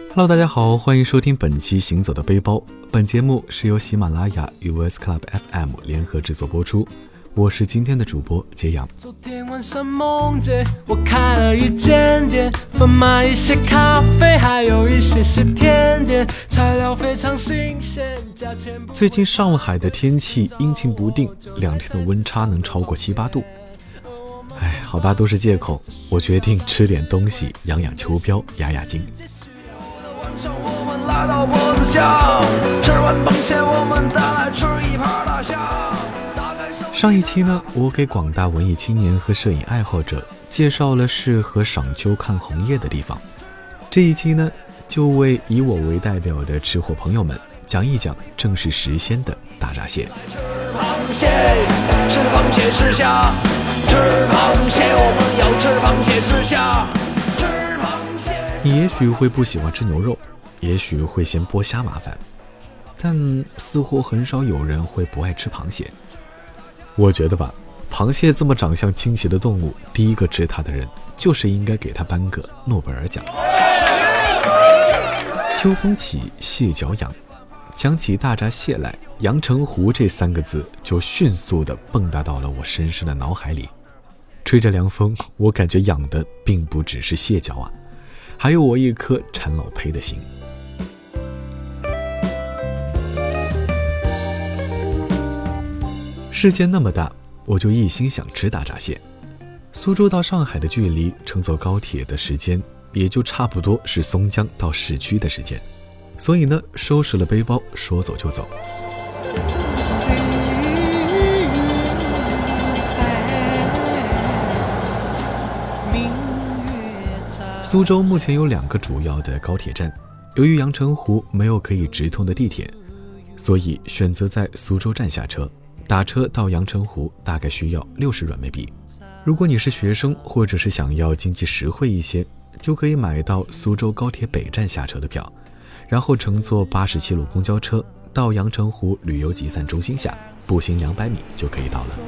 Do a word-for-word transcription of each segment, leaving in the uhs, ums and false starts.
Hello， 大家好，欢迎收听本期《行走的背包》。本节目是由喜马拉雅与 V S Club F M 联合制作播出。我是今天的主播揭阳。 昨天晚上梦见我开了一间店，贩卖一些咖啡，还有一些些甜点，材料非常新鲜，价钱不。 最近上海的天气阴晴不定，两天的温差能超过七八度。哎，好吧，都是借口。我决定吃点东西，养养秋膘，压压惊。 我们来到脖子桥，吃完螃蟹我们再来吃一盘大虾。 上一期呢，我给广大文艺青年和摄影爱好者介绍了适合赏秋看红叶的地方。这一期呢，就为以我为代表的吃货朋友们讲一讲正是时鲜的大闸蟹。 吃螃蟹，吃螃蟹吃虾，吃螃蟹我们要吃螃蟹吃虾。 你也许会不喜欢吃牛肉，也许会嫌剥虾麻烦，但似乎很少有人会不爱吃螃蟹。我觉得吧，螃蟹这么长相清奇的动物，第一个吃它的人就是应该给它颁个诺贝尔奖。秋风起，蟹脚痒，讲起大闸蟹来，阳澄湖这三个字就迅速地蹦跶到了我深深的脑海里。吹着凉风，我感觉痒的并不只是蟹脚啊，还有我一颗馋老胚的心。世界那么大，我就一心想吃大闸蟹。苏州到上海的距离，乘坐高铁的时间也就差不多是松江到市区的时间，所以呢，收拾了背包，说走就走。苏州目前有两个主要的高铁站，由于阳澄湖没有可以直通的地铁，所以选择在苏州站下车，打车到阳澄湖大概需要六十软妹币。如果你是学生或者是想要经济实惠一些，就可以买到苏州高铁北站下车的票，然后乘坐八十七路公交车到阳澄湖旅游集散中心下，步行两百米就可以到了。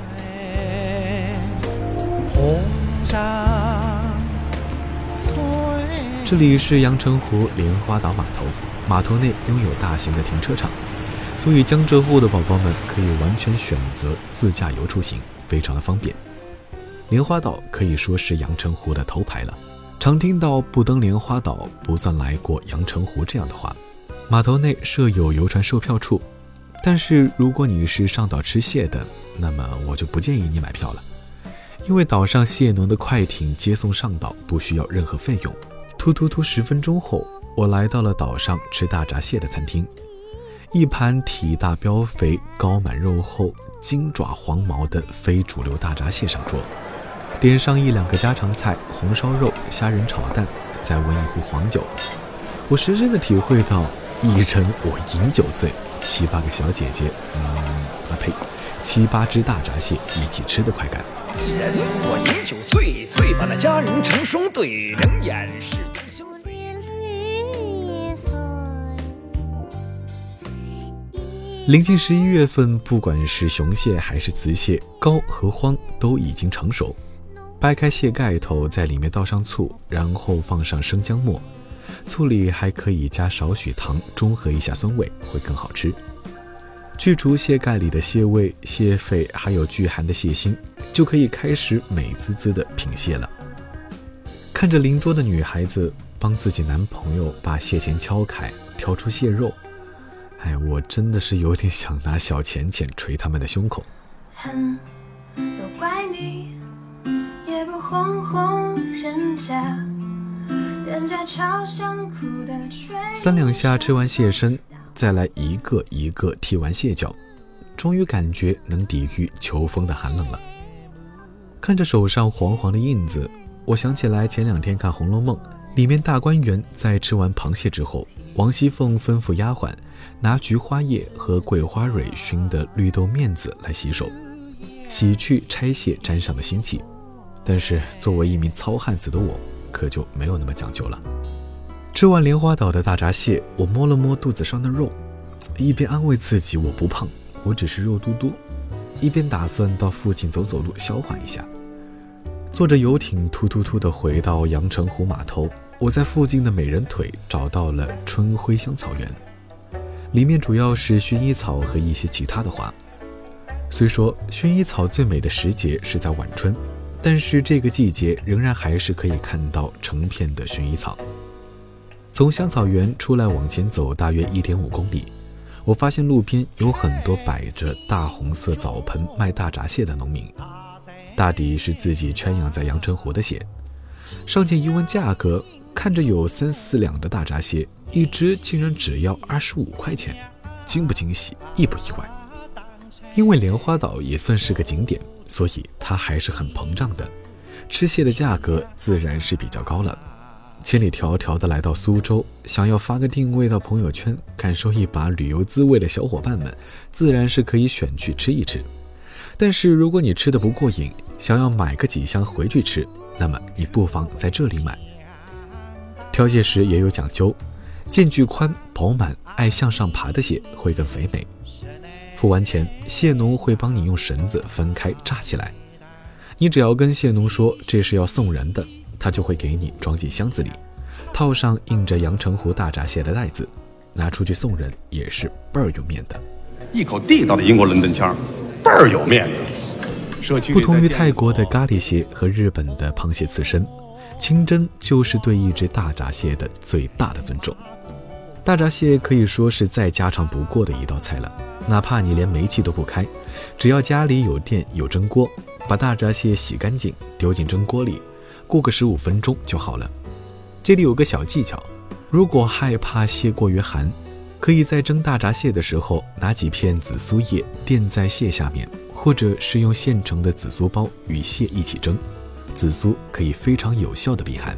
这里是阳澄湖莲花岛码头，码头内拥有大型的停车场，所以江浙沪的宝宝们可以完全选择自驾游出行，非常的方便。莲花岛可以说是阳澄湖的头牌了，常听到不登莲花岛不算来过阳澄湖这样的话。码头内设有游船售票处，但是如果你是上岛吃蟹的，那么我就不建议你买票了，因为岛上蟹农的快艇接送上岛不需要任何费用。突突突十分钟后，我来到了岛上吃大闸蟹的餐厅。一盘体大膘肥、高满肉厚、金爪黄毛的非主流大闸蟹上桌，点上一两个家常菜，红烧肉、虾仁炒蛋，再温一壶黄酒。我深深地体会到一人我饮酒醉，七八个小姐姐，嗯，啊呸，七八只大闸蟹一起吃的快感。 一人我饮酒醉，醉把那佳人成双对，两眼是不相随。 临近十一月份，不管是雄蟹还是雌蟹，膏和荒都已经成熟。掰开蟹盖头，在里面倒上醋，然后放上生姜末，醋里还可以加少许糖，中和一下酸味，会更好吃。去除蟹盖里的蟹味、蟹肺，还有巨寒的蟹心，就可以开始美滋滋的品蟹了。看着邻桌的女孩子帮自己男朋友把蟹钳敲开，挑出蟹肉，哎，我真的是有点想拿小钳钳捶他们的胸口。 恨都怪你，也不哄哄人家，人家超想哭的吹。 三两下吃完蟹身，再来一个一个剔完蟹脚，终于感觉能抵御秋风的寒冷了。看着手上黄黄的印子，我想起来前两天看《红楼梦》，里面大观园在吃完螃蟹之后，王熙凤吩咐丫鬟拿菊花叶和桂花蕊熏的绿豆面子来洗手，洗去拆蟹沾上的腥气。但是作为一名糙汉子的我，可就没有那么讲究了。吃完莲花岛的大闸蟹，我摸了摸肚子上的肉，一边安慰自己我不胖，我只是肉嘟嘟，一边打算到附近走走路消化一下。坐着游艇突突突地回到阳澄湖码头， 我在附近的美人腿找到了春晖香草园，里面主要是薰衣草和一些其他的花。虽说薰衣草最美的时节是在晚春，但是这个季节仍然还是可以看到成片的薰衣草。从香草园出来往前走大约 一点五公里，我发现路边有很多摆着大红色澡盆卖大闸蟹的农民，大抵是自己圈养在阳澄湖的蟹。上前一问价格，看着有三四两的大闸蟹，一只竟然只要二十五块钱，惊不惊喜，意不意外？因为莲花岛也算是个景点，所以它还是很膨胀的，吃蟹的价格自然是比较高了。千里迢迢的来到苏州，想要发个定位到朋友圈，感受一把旅游滋味的小伙伴们，自然是可以选去吃一吃。但是如果你吃得不过瘾，想要买个几箱回去吃，那么你不妨在这里买。挑蟹时也有讲究，间距宽、饱满、爱向上爬的蟹会更肥美。付完钱，蟹农会帮你用绳子分开扎起来，你只要跟蟹农说这是要送人的，他就会给你装进箱子里，套上印着阳澄湖大闸蟹的袋子，拿出去送人也是倍儿有面的。 一口地道的英国伦敦腔，倍儿有面子。 不同于泰国的咖喱蟹和日本的螃蟹刺身，清蒸就是对一只大闸蟹的最大的尊重。大闸蟹可以说是再家常不过的一道菜了，哪怕你连煤气都不开，只要家里有电有蒸锅，把大闸蟹洗干净丢进蒸锅里，过个十五分钟就好了。这里有个小技巧，如果害怕蟹过于寒，可以在蒸大闸蟹的时候拿几片紫苏叶垫在蟹下面，或者是用现成的紫苏包与蟹一起蒸，紫苏可以非常有效的避寒。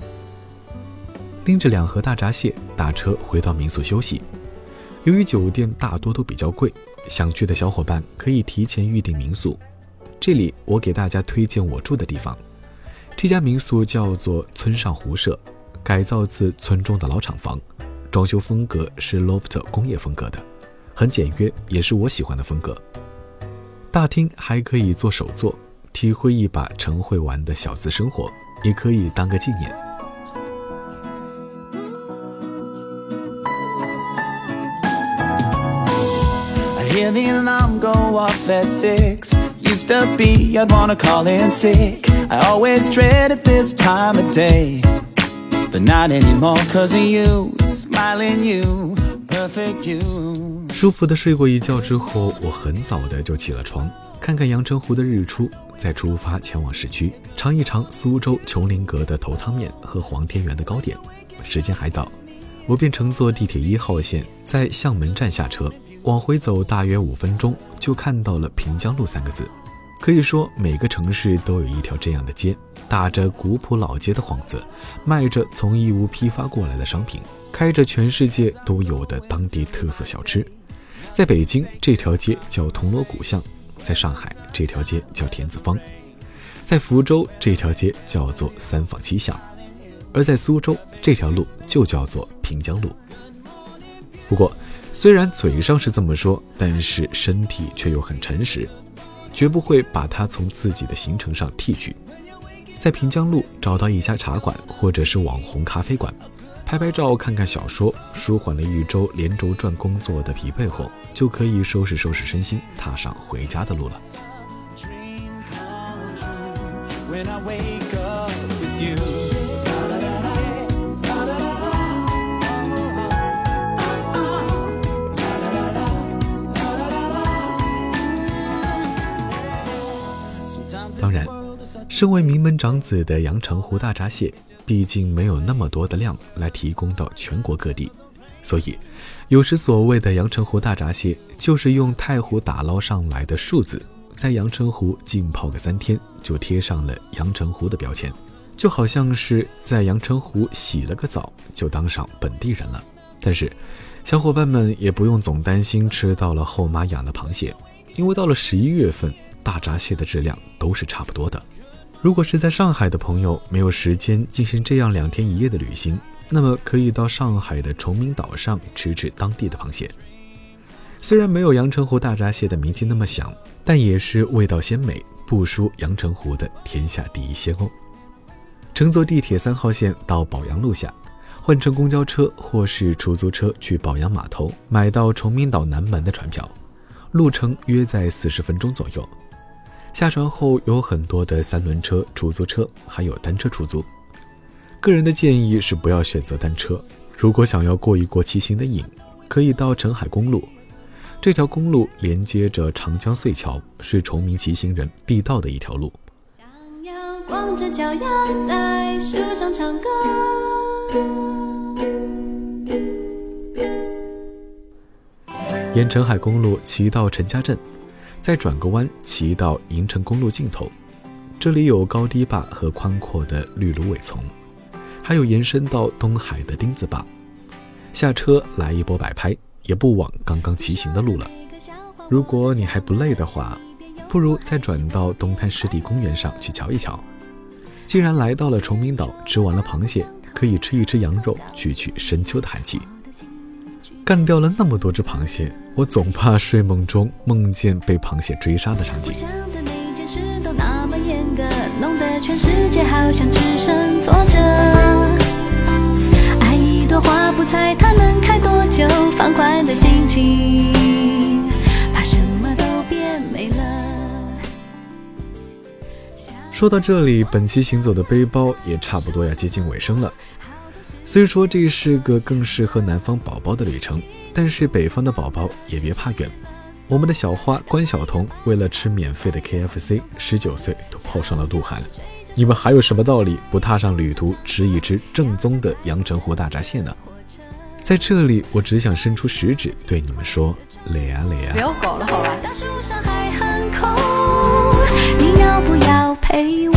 拎着两盒大闸蟹打车回到民宿休息。由于酒店大多都比较贵，想去的小伙伴可以提前预订民宿。这里我给大家推荐我住的地方，这家民宿叫做村上湖舍，改造自村中的老厂房，装修风格是 loft 工业风格的，很简约，也是我喜欢的风格。大厅还可以做手作，体会一把陈慧玩的小资生活，也可以当个纪念。 Hear the alarm go off at six. Used to be I'd wanna call in sick. I always dreaded this time of day, but not anymore cause of you, smiling you, perfect you. 舒服的睡过一觉之后，我很早的就起了床，看看阳澄湖的日出，再出发前往市区，尝一尝苏州琼林阁的头汤面和黄天园的糕点。时间还早，我便乘坐地铁一号线，在象门站下车，往回走大约五分钟，就看到了平江路三个字。可以说每个城市都有一条这样的街，打着古朴老街的幌子，卖着从义乌批发过来的商品，开着全世界都有的当地特色小吃。在北京，这条街叫铜锣鼓巷，在上海，这条街叫田子坊，在福州，这条街叫做三坊七巷，而在苏州，这条路就叫做平江路。不过虽然嘴上是这么说，但是身体却又很诚实，绝不会把它从自己的行程上剔去。在平江路找到一家茶馆或者是网红咖啡馆，拍拍照看看小说，舒缓了一周连轴转工作的疲惫后，就可以收拾收拾身心，踏上回家的路了。当然，身为名门长子的阳澄湖大闸蟹毕竟没有那么多的量来提供到全国各地，所以有时所谓的阳澄湖大闸蟹就是用太湖打捞上来的树子，在阳澄湖浸泡个三天，就贴上了阳澄湖的标签，就好像是在阳澄湖洗了个澡就当上本地人了。但是小伙伴们也不用总担心吃到了后妈养的螃蟹，因为到了十一月份，大闸蟹的质量都是差不多的。如果是在上海的朋友没有时间进行这样两天一夜的旅行，那么可以到上海的崇明岛上吃吃当地的螃蟹。虽然没有阳澄湖大闸蟹的名气那么响，但也是味道鲜美，不输阳澄湖的天下第一鲜哦。 乘坐地铁三号线到宝阳路下，换乘公交车或是出租车去宝阳码头，买到崇明岛南门的船票，路程约在四十分钟左右。下船后有很多的三轮车、出租车，还有单车出租。个人的建议是不要选择单车，如果想要过一过骑行的瘾，可以到澄海公路。这条公路连接着长江隧桥，是崇明骑行人必到的一条路。 想要光着脚丫在树上唱歌， 沿澄海公路骑到陈家镇，再转个弯骑到银城公路尽头，这里有高堤坝和宽阔的绿芦苇丛，还有延伸到东海的丁字坝。下车来一波摆拍，也不枉刚刚骑行的路了。如果你还不累的话，不如再转到东滩湿地公园上去瞧一瞧。既然来到了崇明岛，吃完了螃蟹，可以吃一吃羊肉，去去深秋的寒气。干掉了那么多只螃蟹，我总怕睡梦中梦见被螃蟹追杀的场景。 想的每件事都那么严格，弄得全世界好像只剩挫折。爱一朵花不猜它能开多久，放宽的心情，把什么都变美了。 说到这里，本期行走的背包也差不多要接近尾声了。虽说这是个更适合南方宝宝的旅程，但是北方的宝宝也别怕远。我们的小花关晓彤为了吃免费的 K F C， 十九岁都泡上了鹿晗。你们还有什么道理不踏上旅途，吃一吃正宗的阳澄湖大闸蟹呢？在这里，我只想伸出食指对你们说，累啊累啊！ 不要搞了，好吧？ 大树上还很空，你要不要陪我？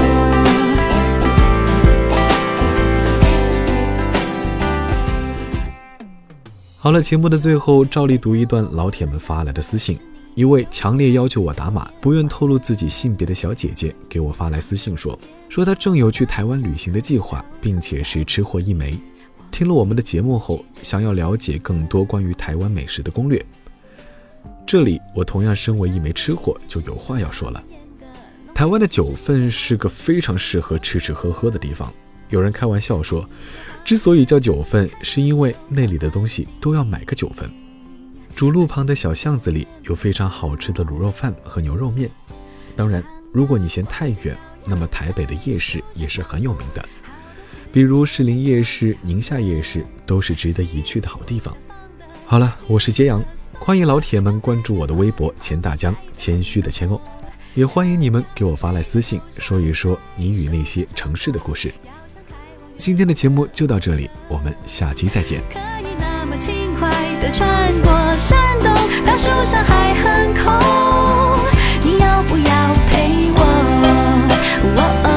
好了，节目的最后照例读一段老铁们发来的私信。一位强烈要求我打码，不愿透露自己性别的小姐姐给我发来私信说，说她正有去台湾旅行的计划，并且是吃货一枚。听了我们的节目后，想要了解更多关于台湾美食的攻略。这里我同样身为一枚吃货，就有话要说了。台湾的九份是个非常适合吃吃喝喝的地方。有人开玩笑说，之所以叫九份，是因为那里的东西都要买个九份。主路旁的小巷子里有非常好吃的卤肉饭和牛肉面。当然，如果你嫌太远，那么台北的夜市也是很有名的，比如士林夜市、宁夏夜市，都是值得一去的好地方。好了，我是揭阳，欢迎老铁们关注我的微博钱大江，谦虚的谦哦，也欢迎你们给我发来私信，说一说你与那些城市的故事。今天的节目就到这里，我们下期再见。 可以那么轻快地穿过山洞，大树上还很空，你要不要陪我？哦哦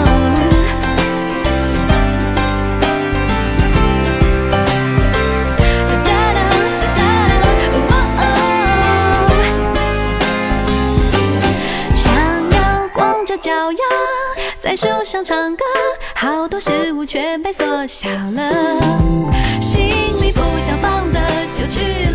哒哒哒哒哒哦哦想要光着脚丫在树上唱歌，好多事物却被缩小了，心里不想放的就去了。